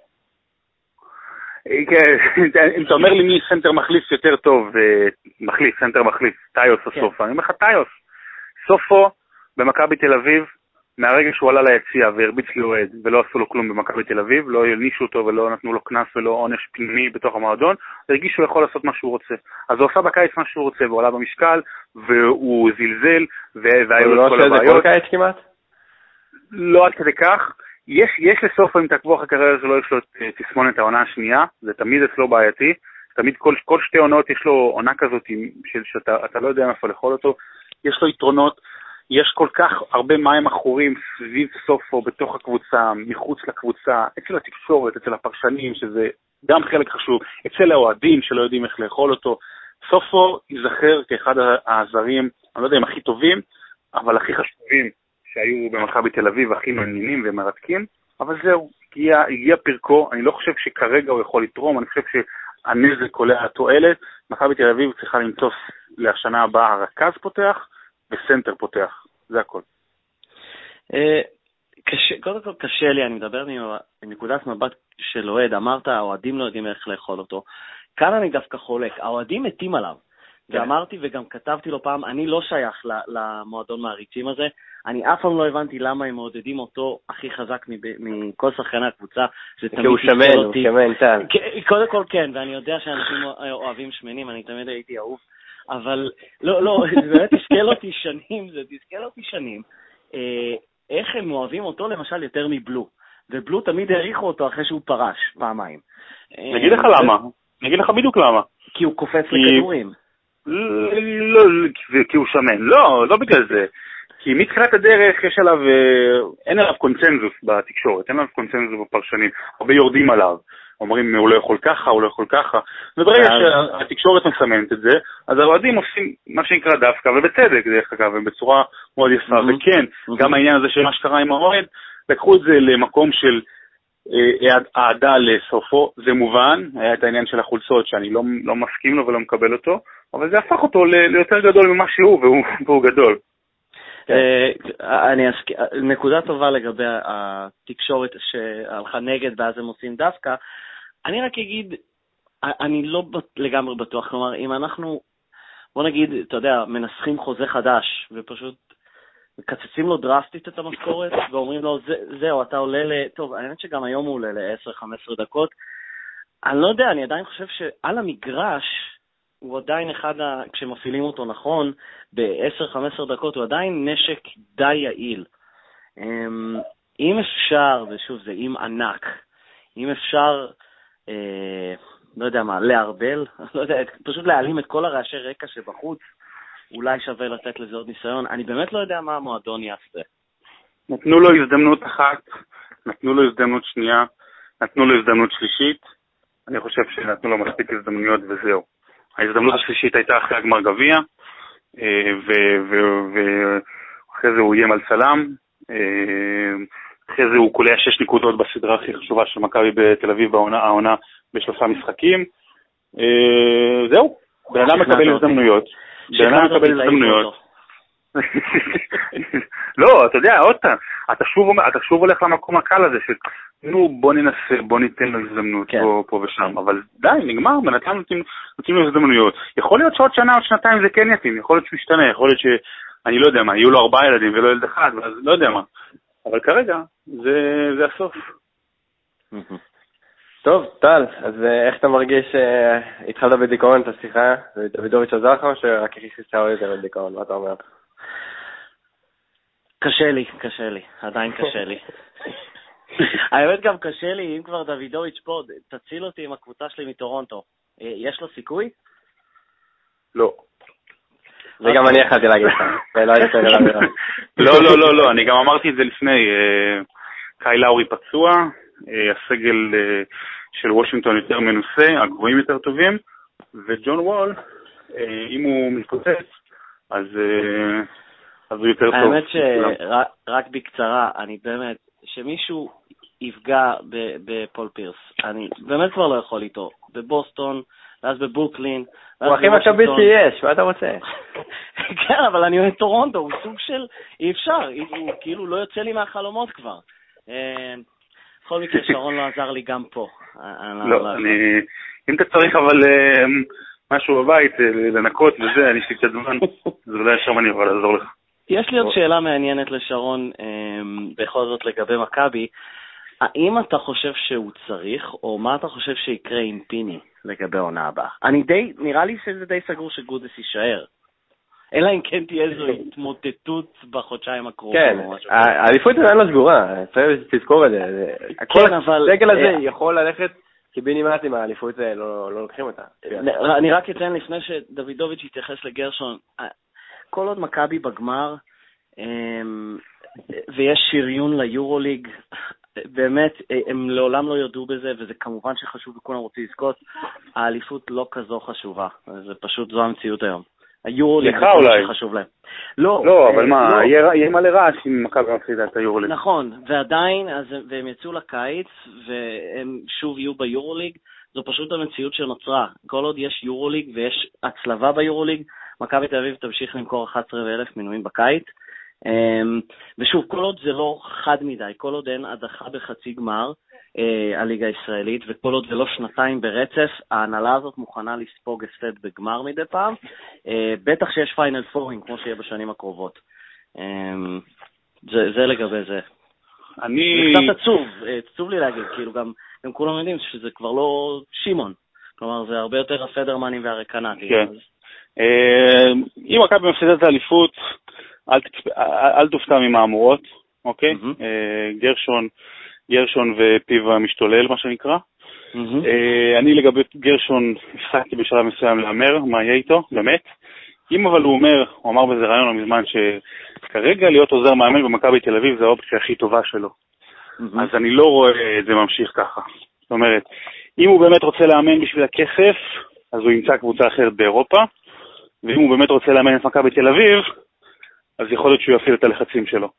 אם אתה אומר לי מי סנטר מחליף יותר טוב, סנטר מחליף, טיוס או סופו, אני אומר לך טיוס. סופו במכבי תל אביב, מהרגע שהוא עלה ליציאה והרביץ לאוהד ולא עשו לו כלום במכבי תל אביב, לא הענישו אותו ולא נתנו לו כנס ולא עונש פנימי בתוך המועדון, הרגיש שהוא יכול לעשות מה שהוא רוצה. אז הוא עושה בקיץ מה שהוא רוצה, והוא עלה במשקל, והוא זלזל, והיו לו את כל הבעיות. הוא לא עושה את זה כל קיץ כמעט? לא עד כדי כך. יש לסופו, אם תעקבו אחרי הקריירה שלו, יש לו תסמונת העונה השנייה, זה תמיד אצלו בעייתי, תמיד כל 2 עונות יש לו עונה כזאת שאתה לא יודע איפה לאכול אותו, יש לו יתרונות, יש כל כך הרבה מים אחורים סביב סופו, בתוך הקבוצה, מחוץ לקבוצה, אצל התקשורת, אצל הפרשנים, שזה גם חלק חשוב, אצל האוהדים שלא יודעים איך לאכול אותו. סופו ייזכר כאחד הזרים, אני לא יודע אם הכי טובים, אבל הכי חשובים שהיו במכבי תל אביב, הכי מעניינים ומרתקים, אבל זהו, הגיע פרקו, אני לא חושב שכרגע הוא יכול לתרום, אני חושב שהנזק עולה התועלת, מכבי תל אביב צריכה למצוא לשנה הבאה הרכז פותח, וסנטר פותח, זה הכל. קודם כל קשה לי, אני מדבר מנקודת מבט של אוהד, אמרת, האוהדים לא יודעים איך לאכול אותו. כאן אני דווקא חולק, האוהדים מתים עליו. ואמרתי וגם כתבתי לו פעם, אני לא שייך למועדון מעריצים הזה, אני אף פעם לא הבנתי למה הם מעודדים אותו הכי חזק מכל שחקני הקבוצה. כי הוא שמן, הוא שמן טל. קודם כל כן, ואני יודע שאנשים אוהבים שמנים, אני תמיד הייתי אהוב, אבל לא, זה באמת תסכל אותי שנים, איך הם אוהבים אותו למשל יותר מבלו, ובלו תמיד העריכו אותו אחרי שהוא פרש פעמיים. נגיד לך למה, נגיד לך בדיוק למה. כי הוא קופץ לכדורים. לא, כי הוא שמן, לא בגלל זה. כי מתחילת הדרך יש עליו, אין עליו קונצנזוס בתקשורת, אין עליו קונצנזוס בפרשנים, הרבה יורדים עליו, אומרים הוא לא יכול ככה, הוא לא יכול ככה, וברגע שהתקשורת מסמנת את זה, אז האוהדים עושים מה שנקרא דווקא, ובצדק דרך אגב, ובצורה מאוד יפה, וכן, גם העניין הזה של מה שקרה עם האוהד, לקחו את זה למקום של העדה לסופו, זה מובן, היה את העניין של החולצות שאני לא מסכים לו ולא מקבל אותו, אבל זה הפך אותו ליותר גדול ממה שהוא, והוא גדול. נקודה טובה לגבי התקשורת שהלכה נגד ואז הם עושים דווקא. אני רק אגיד, אני לא לגמרי בטוח, כלומר, אם אנחנו, בוא נגיד, אתה יודע, מנסחים חוזה חדש ופשוט מקצצים לו דרסטית את המשכורת ואומרים לו, זהו, אתה עולה טוב, אני חושב שגם היום הוא עולה ל-10-15 דקות. אני לא יודע, אני עדיין חושב שעל המגרש הוא עדיין כשמפעילים אותו נכון, ב-10-15 דקות, הוא עדיין נשק די יעיל. אם אפשר, ושוב, זה אם ענק, אם אפשר, לא יודע מה, להרבל, לא יודע, פשוט להעלים את כל הרעשי רקע שבחוץ, אולי שווה לתת לזה עוד ניסיון. אני באמת לא יודע מה המועדון יעשה. נתנו לו הזדמנות אחת, נתנו לו הזדמנות שנייה, נתנו לו הזדמנות שלישית, אני חושב שנתנו לו מספיק הזדמנויות וזהו. ההזדמנות השלישית הייתה אחרי הגמר גביע, ואחרי זה הוא איים על צלם, אחרי זה הוא קולע 6 נקודות בסדרה הכי חשובה של מכבי בתל אביב העונה ב3 משחקים. זהו, בן אדם מקבל הזדמנויות. לא, אתה יודע, עוד פעם, אתה שוב הולך למקום הקל הזה של, נו, בוא ננסה, בוא ניתן לו הזדמנות פה ושם, אבל די, נגמר, בינתיים נותנים לו הזדמנויות. יכול להיות שעוד שנה, עוד שנתיים זה כן יתאים, יכול להיות שהוא ישתנה, יכול להיות שאני לא יודע מה, יהיו לו 4 ילדים ולא ילד אחד, אז לא יודע מה. אבל כרגע, זה הסוף. טוב, טל, אז איך אתה מרגיש התחלת בדיכאון את השיחה? דוידוביץ' עזר לך או שרק הכניסה עוד יותר בדיכאון? מה אתה אומר? קשה לי, עדיין קשה לי. האמת גם קשה לי, אם כבר דוידוביץ' פה, תציל אותי עם הקבוצה שלי מטורונטו. יש לו סיכוי? לא. זה גם אני יכלתי להגיד לך. לא, אני גם אמרתי את זה לפני. קאי לאורי פצוע, הסגל של וושינגטון יותר מנוסה, הגבוהים יותר טובים, וג'ון וול, אם הוא מתפוצץ, אז הוא יותר טוב. האמת שרק בקצרה, אני באמת, שמישהו יפגע בפול פירס, אני באמת כבר לא יכול איתו, בבוסטון, ואז בברוקלין. הוא הכי מכבי שיש, מה אתה רוצה? כן, אבל אני אוהב טורונטו, הוא סוג של, אי אפשר, הוא כאילו לא יוצא לי מהחלומות כבר. בכל מקרה שרון לא עזר לי גם פה. לא, אם אתה צריך אבל משהו בבית, לנקות וזה, אני שקצת זמן, אז אולי שם אני יכול לעזור לך. יש לי עוד שאלה מעניינת לשרון, בכל זאת לגבי מכבי. האם אתה חושב שהוא צריך, או מה אתה חושב שיקרה עם פיני לגבי עונה הבאה? נראה לי שזה די סגור שגודס יישאר. אלא אם כן תהיה איזו התמוטטות בחודשיים הקרובים. כן, האליפות עדיין לא סגורה, צריך תזכור את זה. כן, אבל הסגל הזה יכול ללכת, כי בינימט עם האליפות לא לוקחים אותה. אני רק אתן לפני שדוידוביץ' יתייחס לגרשון, כל עוד מכבי בגמר, ויש שריון ליורוליג, באמת, הם לעולם לא יודו בזה, וזה כמובן שחשוב וכולם רוצים לזכות, האליפות לא כזו חשובה, זה פשוט זו המציאות היום. היורוליג זה כל מה שחשוב להם. לא, אבל מה, יהיה מלא רעש אם מכבי מפסידה את היורוליג. נכון, ועדיין, והם יצאו לקיץ, והם שוב יהיו ביורוליג, זו פשוט המציאות שנוצרה. כל עוד יש יורוליג ויש הצלבה ביורוליג, מכבי תל אביב תמשיך למכור 11,000 מנויים בקיץ, ושוב, כל עוד זה לא חד מדי, כל עוד אין הדחה בחצי גמר הליגה הישראלית, וכל עוד זה לא שנתיים ברצף, ההנהלה הזאת מוכנה לספוג הפסד בגמר מדי פעם, בטח שיש פיינל פורינג כמו שיהיה בשנים הקרובות. זה לגבי זה. זה קצת עצוב לי להגיד, כאילו גם כולם יודעים שזה כבר לא שימון, כלומר זה הרבה יותר הפדרמנים והרקנטי. כן. אם מכבי מפסידה את האליפות, אל תופתע ממאמורות, אוקיי? גרשון ופיו המשתולל, מה שנקרא. אני לגבי גרשון הפסקתי בשלב מסוים לאמר, מה יהיה איתו, באמת. אם אבל הוא אמר בזה רעיון לא מזמן, שכרגע להיות עוזר מאמן במכבי תל אביב זה האופציה הכי טובה שלו. אז אני לא רואה את זה ממשיך ככה. זאת אומרת, אם הוא באמת רוצה לאמן בשביל הכסף, אז הוא ימצא קבוצה אחרת באירופה, ואם הוא באמת רוצה לאמן את מכבי תל אביב, אז יכול להיות שהוא יפעיל את הלחצים שלו.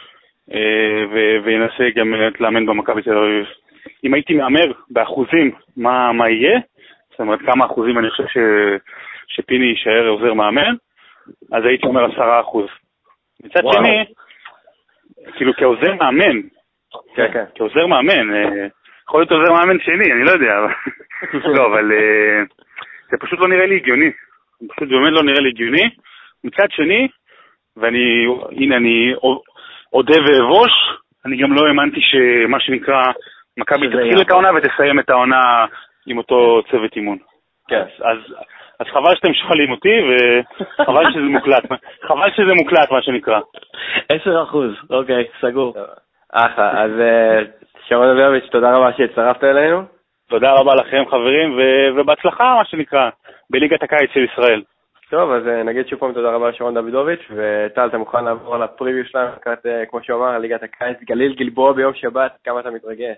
וינסה גם לאמן במכבי תל אביב. אם הייתי מאמר באחוזים מה יהיה, זאת אומרת כמה אחוזים אני חושב שפיני יישאר עוזר מאמן, אז הייתי אומר 10%. מצד שני, כאילו כעוזר מאמן, כעוזר מאמן, יכול להיות עוזר מאמן שני, אני לא יודע, לא, אבל זה פשוט לא נראה לי הגיוני. פשוט באמת לא נראה לי הגיוני. מצד שני, הנה אני עודה ואבוש, אני גם לא האמנתי שמה שנקרא מכבי תתחיל את העונה ותסיים את העונה עם אותו צוות אימון. כן. אז חבל שאתם שואלים אותי, וחבל שזה מוקלט. חבל שזה מוקלט, מה שנקרא. 10%, אוקיי, סגור. אחלה, אז שרון אברביץ', תודה רבה שהצטרפת אלינו. תודה רבה לכם, חברים, ובהצלחה, מה שנקרא, בליגת הקיץ של ישראל. טוב, אז נגיד שוב פעם תודה רבה לשרון דוידוביץ', וטל, אתה מוכן לעבור על הפריוויו שלנו, כמו שהוא אמר, ליגת הקיץ, גליל גלבוע ביום שבת, כמה אתה מתרגש?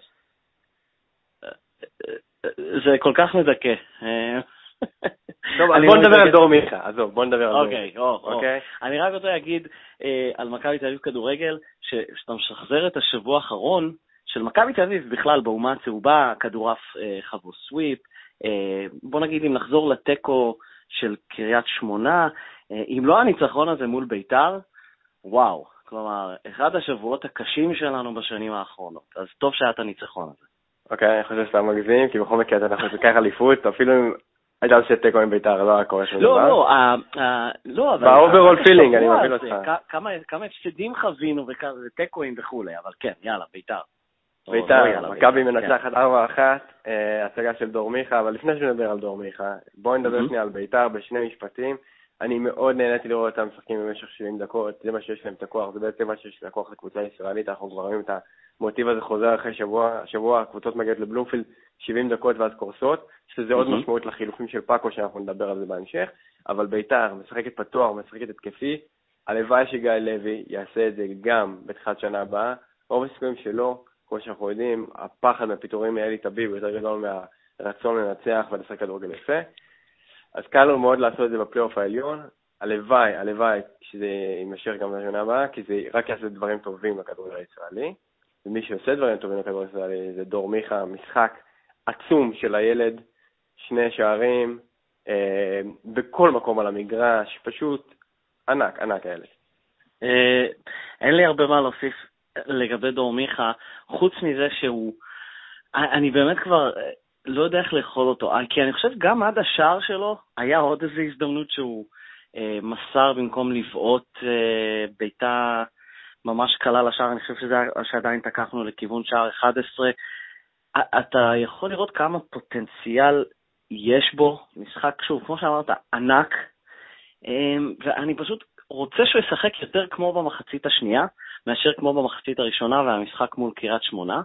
זה כל כך מדכא. טוב, אז בוא נדבר על דור מיכה, עזוב, בוא נדבר על דור מיכה. אוקיי. אני רק רוצה להגיד על מכבי תל אביב כדורגל, שאתה משחזר את השבוע האחרון של מכבי תל אביב בכלל באומה הצהובה, כדורף חוו סוויפ, בוא נגיד אם נחזור לטקו של קריית שמונה, אם לא הניצחון הזה מול ביתר, וואו, כלומר, אחד השבועות הקשים שלנו בשנים האחרונות, אז טוב שהיה את הניצחון הזה. אוקיי, אני חושב שאתה מגזים, כי בכל מקרה אנחנו ניקח אליפות, אפילו אם הייתה עושה טקו עם ביתר, לא היה קורה שום דבר. לא, אבל... באוברול פילינג, אני מבין אותך. כמה הפסדים חווינו וטקואים וכו', אבל כן, יאללה, ביתר. ביתר, מכבי מנצחת 4-1, הצגה של דור מיכה, אבל לפני שנדבר על דור מיכה, בואו נדבר שנייה על ביתר בשני משפטים. אני מאוד נהניתי לראות אותם משחקים במשך 70 דקות, זה מה שיש להם את הכוח, זה בעצם מה שיש לכוח לקבוצה ישראלית, אנחנו כבר רואים את המוטיב הזה חוזר אחרי שבוע, הקבוצות מגיעות לבלומפילד 70 דקות ואז קורסות, שזה עוד משמעות לחילופים של פאקו שאנחנו נדבר על זה בהמשך, אבל ביתר משחקת פתוח, משחקת התקפי, הלוואי שגיא לוי יעשה את זה גם בתחילת שנה הבאה, רוב הסיכויים שלו, כמו שאנחנו יודעים, הפחד מהפיטורים מאלי טביב הוא יותר גדול מהרצון לנצח ולשחק כדורגל יפה. אז קל לו מאוד לעשות את זה בפלייאוף העליון. הלוואי שזה יימשך גם לשנה הבאה, כי זה רק יעשה דברים טובים לכדורגל הישראלי. ומי שעושה דברים טובים לכדורגל הישראלי זה דור מיכה, משחק עצום של הילד, 2 שערים, בכל מקום על המגרש, פשוט ענק הילד. אין לי הרבה מה להוסיף לגבי דור מיכה, חוץ מזה שהוא, אני באמת כבר לא יודע איך לאכול אותו, כי אני חושב גם עד השער שלו היה עוד איזו הזדמנות שהוא מסר במקום לבעוט ביתה ממש קלה לשער, אני חושב שזה שעדיין תקחנו לכיוון שער 11, אתה יכול לראות כמה פוטנציאל יש בו, משחק שוב, כמו שאמרת, ענק, ואני פשוט רוצה שהוא ישחק יותר כמו במחצית השנייה, מאשר כמו במחצית הראשונה והמשחק מול קריית שמונה.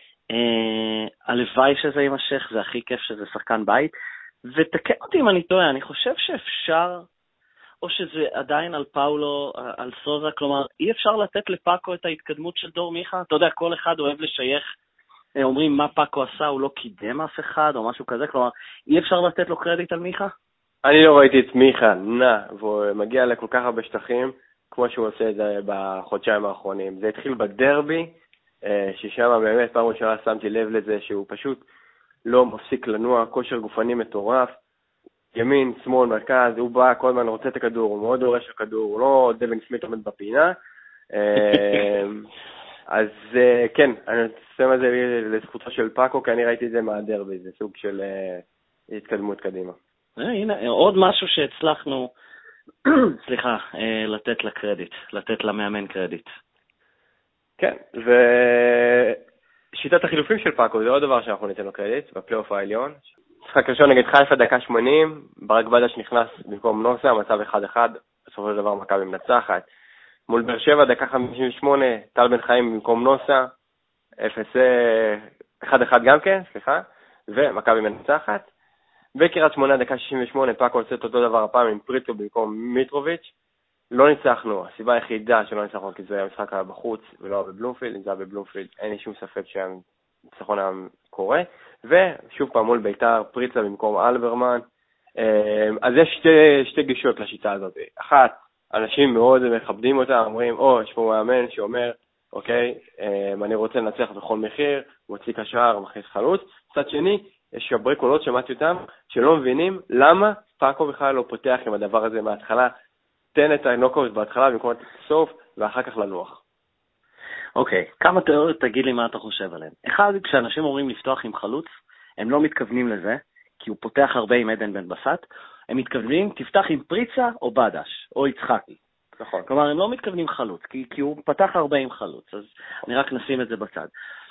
הלוואי שזה יימשך, זה הכי כיף שזה שחקן בית. ותקן אותי אם אני טועה, אני חושב שאפשר או שזה עדיין על פאולו, על סוזה? כלומר, אי אפשר לתת לפאקו את ההתקדמות של דור מיכה? אתה יודע, כל אחד אוהב לשייך, אומרים מה פאקו עשה, הוא לא קידם אף אחד או משהו כזה, כלומר, אי אפשר לתת לו קרדיט על מיכה? אני לא ראיתי את מיכה, והוא מגיע לכל כך הרבה שטחים, כמו שהוא עושה את זה בחודשיים האחרונים. זה התחיל בדרבי, ששם באמת פעם ראשונה שמתי לב לזה שהוא פשוט לא מפסיק לנוע, כושר גופני מטורף, ימין, שמאל, מרכז, הוא בא, כל הזמן רוצה את הכדור, הוא מאוד דורש הכדור, הוא לא דווין סמית עומד בפינה. אז כן, אני שם את זה לזכותו של פאקו, כי אני ראיתי את זה מהדרבי, זה סוג של התקדמות קדימה. הנה, עוד משהו שהצלחנו, סליחה, לתת לקרדיט, לתת למאמן קרדיט. כן, ושיטת החילופים של פאקו, זה עוד דבר שאנחנו ניתן לו קרדיט, בפלייאוף העליון. משחק ראשון נגד חיפה, דקה 80, ברק בדש נכנס במקום נוסה, מצב 1-1, בסופו של דבר מכבי מנצחת. מול באר שבע, דקה 58, טל בן חיים במקום נוסה, 1-1 גם כן, סליחה, ומכבי מנצחת. בקריית שמונה, דקה 68, פאקו עושה את אותו דבר הפעם עם פריצו במקום מיטרוביץ'. לא ניצחנו, הסיבה היחידה שלא ניצחנו, כי זה היה משחק היה בחוץ ולא בבלומפילד, אם זה היה בבלומפילד, אין לי שום ספק שהניצחון היה קורה. ושוב פעם מול ביתר, פריצה במקום אלברמן. אז יש שתי גישות לשיטה הזאת. אחת, אנשים מאוד מכבדים אותה, אומרים, יש פה מאמן שאומר, אוקיי, אני רוצה לנצח בכל מחיר, מוציא קשר, מכניס חלוץ. מצד שני, יש שברי קולות, שמעתי אותם, שלא מבינים למה פאקו בכלל לא פותח עם הדבר הזה מההתחלה, תן את הנוקאוט בהתחלה במקום את הסוף, ואחר כך לנוח. אוקיי, כמה תיאוריות תגיד לי מה אתה חושב עליהן. אחד, כשאנשים אומרים לפתוח עם חלוץ, הם לא מתכוונים לזה, כי הוא פותח הרבה עם עדן בן בסט, הם מתכוונים, תפתח עם פריצה או בדש, או יצחקי. נכון. כלומר, הם לא מתכוונים חלוץ, כי הוא פתח הרבה עם חלוץ, אז אני רק נשים את זה בצד.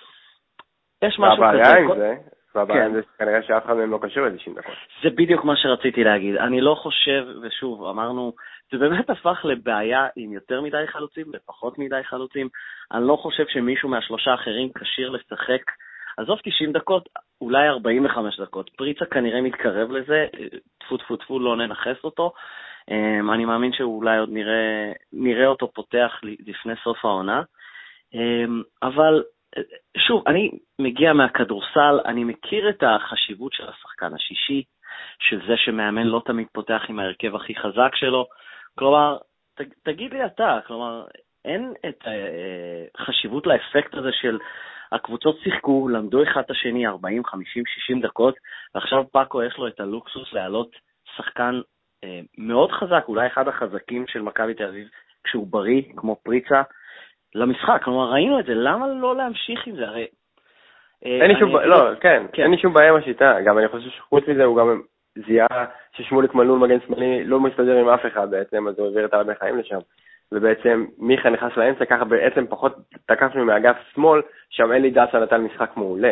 יש משהו כזה. והבעיה עם זה כנראה שאף אחד מהם לא קשור איזה 90 דקות. זה בדיוק מה שרציתי להגיד. אני לא חושב, ושוב, אמרנו, זה באמת הפך לבעיה עם יותר מדי חלוצים, ופחות מדי חלוצים. אני לא חושב שמישהו מהשלושה האחרים קשיר לשחק. עזוב 90 דקות, אולי 45 דקות. פריצה כנראה מתקרב לזה, תפו תפו תפו, לא ננחס אותו. אני מאמין שאולי עוד נראה אותו פותח לפני סוף העונה. אבל שוב, אני מגיע מהכדורסל, אני מכיר את החשיבות של השחקן השישי, של זה שמאמן לא תמיד פותח עם ההרכב הכי חזק שלו. כלומר, תגיד לי אתה, כלומר, אין את חשיבות לאפקט הזה של הקבוצות שיחקו, למדו אחד את השני 40, 50, 60 דקות, ועכשיו פאקו יש לו את הלוקסוס להעלות שחקן מאוד חזק, אולי אחד החזקים של מכבי תל אביב, כשהוא בריא, כמו פריצה, למשחק. כלומר, ראינו את זה, למה לא להמשיך עם זה? הרי אין לי שום בעיה עם השיטה. גם אני חושב שחוץ מזה הוא גם זיהה ששמוליק מלול מגן שמאלי לא מסתדר עם אף אחד בעצם, אז הוא העביר את הרבה חיים לשם. ובעצם מיכה נכנס לאמצע, ככה בעצם פחות תקפנו מאגף שמאל, שם אלי דסה נתן משחק מעולה.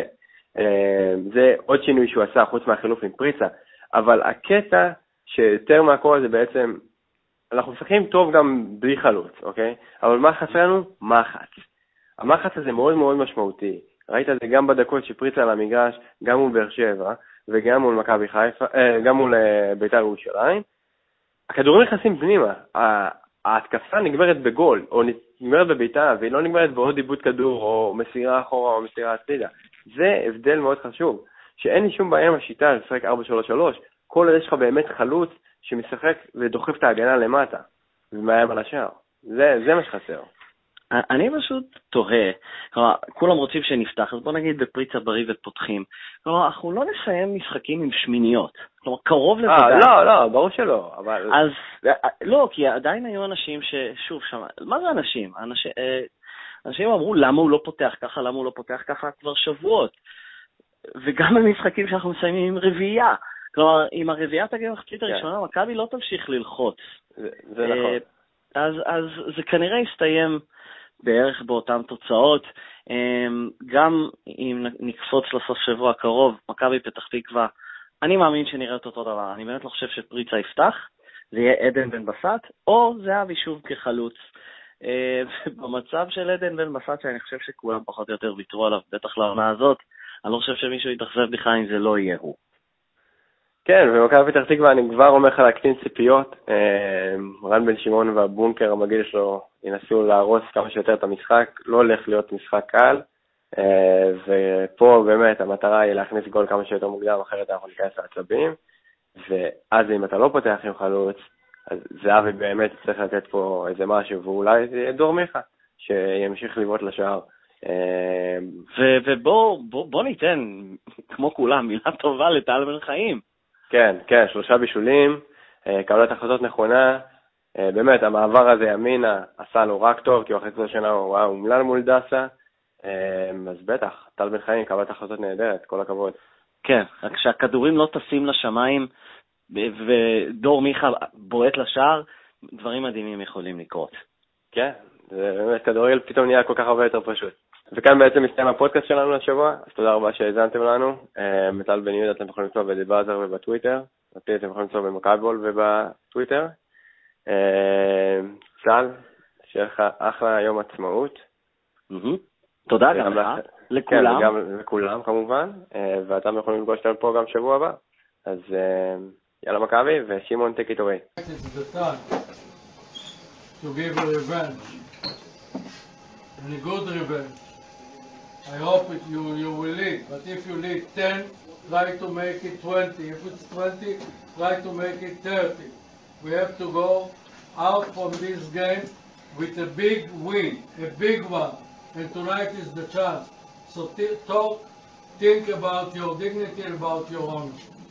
זה עוד שינוי שהוא עשה חוץ מהחילוף עם פריצה. אבל הקטע שיותר מהכל זה בעצם, אנחנו משחקים טוב גם בלי חלוץ, אוקיי? אבל מה חסר לנו? מחץ. המחץ הזה מאוד מאוד משמעותי. ראית את זה גם בדקות שפריצה על המגרש, גם מול באר שבע, וגם מול מכבי חיפה, גם מול בית"ר ירושלים. הכדורים נכנסים פנימה. ההתקפה נגמרת בגול, או נגמרת בביתה, והיא לא נגמרת בעוד עיבוד כדור, או מסירה אחורה, או מסירה הצדה. זה הבדל מאוד חשוב, שאין לי שום בעיה עם השיטה לשחק 4-3-3, כל עוד יש לך באמת חלוץ שמשחק ודוחף את ההגנה למטה, ומאיים על השער. זה מה שחסר. אני פשוט תוהה, כלומר, כולם רוצים שנפתח, אז בוא נגיד בפריצה בריא ופותחים. כלומר, אנחנו לא נסיים משחקים עם שמיניות. כלומר, קרוב לזה. לא, ברור שלא. אבל... אז, לא, כי עדיין היו אנשים ששוב, מה זה אנשים? אנשים אמרו, למה הוא לא פותח ככה, למה הוא לא פותח ככה כבר שבועות. וגם במשחקים שאנחנו מסיימים עם רביעייה. כלומר, עם הרביעייה תגיע מחצית הראשונה, מכבי לא תמשיך ללחוץ. זה נכון. אז זה כנראה יסתיים בערך באותן תוצאות. גם אם נקפוץ לסוף שבוע הקרוב, מכבי פתח תקווה, אני מאמין שנראה את אותו דבר. אני באמת לא חושב שפריצה יפתח, זה יהיה עדן בן בסט, או זהבי שוב כחלוץ. במצב של עדן בן בסט, שאני חושב שכולם פחות או יותר ויתרו עליו, בטח לעונה הזאת, אני לא חושב שמישהו יתאכזב בכלל אם זה לא יהיה הוא. כן, במכבי פתח תקווה אני כבר אומר לך להקטין ציפיות. רן בן שמעון והבונקר המגעיל שלו ינסו להרוס כמה שיותר את המשחק, לא הולך להיות משחק קל, ופה באמת המטרה היא להכניס גול כמה שיותר מוקדם, אחרת אנחנו ניכנס לעצבים, ואז אם אתה לא פותח עם חלוץ, אז זהבי באמת צריך לתת פה איזה משהו, ואולי זה יהיה דור מיכה, שימשיך לבעוט לשער. ובוא ניתן, כמו כולם, מילה טובה לטל בן חיים. כן, 3 בישולים, קבלת החלטות נכונה, באמת המעבר הזה ימינה עשה לו רק טוב, כי אחרי זו שנה הוא היה אומלל מול דסה, אז בטח, טל בן חיים קבלת החלטות נהדרת, כל הכבוד. כן, רק שהכדורים לא טסים לשמיים, ודור מיכה בועט לשער, דברים מדהימים יכולים לקרות. כן, זה באמת כדורגל פתאום נהיה כל כך הרבה יותר פשוט. וכאן בעצם מסתיים הפודקאסט שלנו לשבוע, אז תודה רבה שהאזנתם לנו. טל בן יהודה אתם יכולים למצוא בדיבאזר ובטוויטר, אותי אתם יכולים למצוא במכביבול ובטוויטר. צהל, שיהיה לך אחלה יום עצמאות. תודה גם לך, לכולם. כן, וגם לכולם כמובן, ואתם יכולים לפגוש אותנו פה גם שבוע הבא. אז יאללה מכבי, ושימון take it away. It's the time to give a revenge, and a good revenge. I hope you will lead, but if you lead 10, try to make it 20. If it's 20, try to make it 30. We have to go out from this game with a big win, a big one, and tonight is the chance. So think about your dignity and about your honor.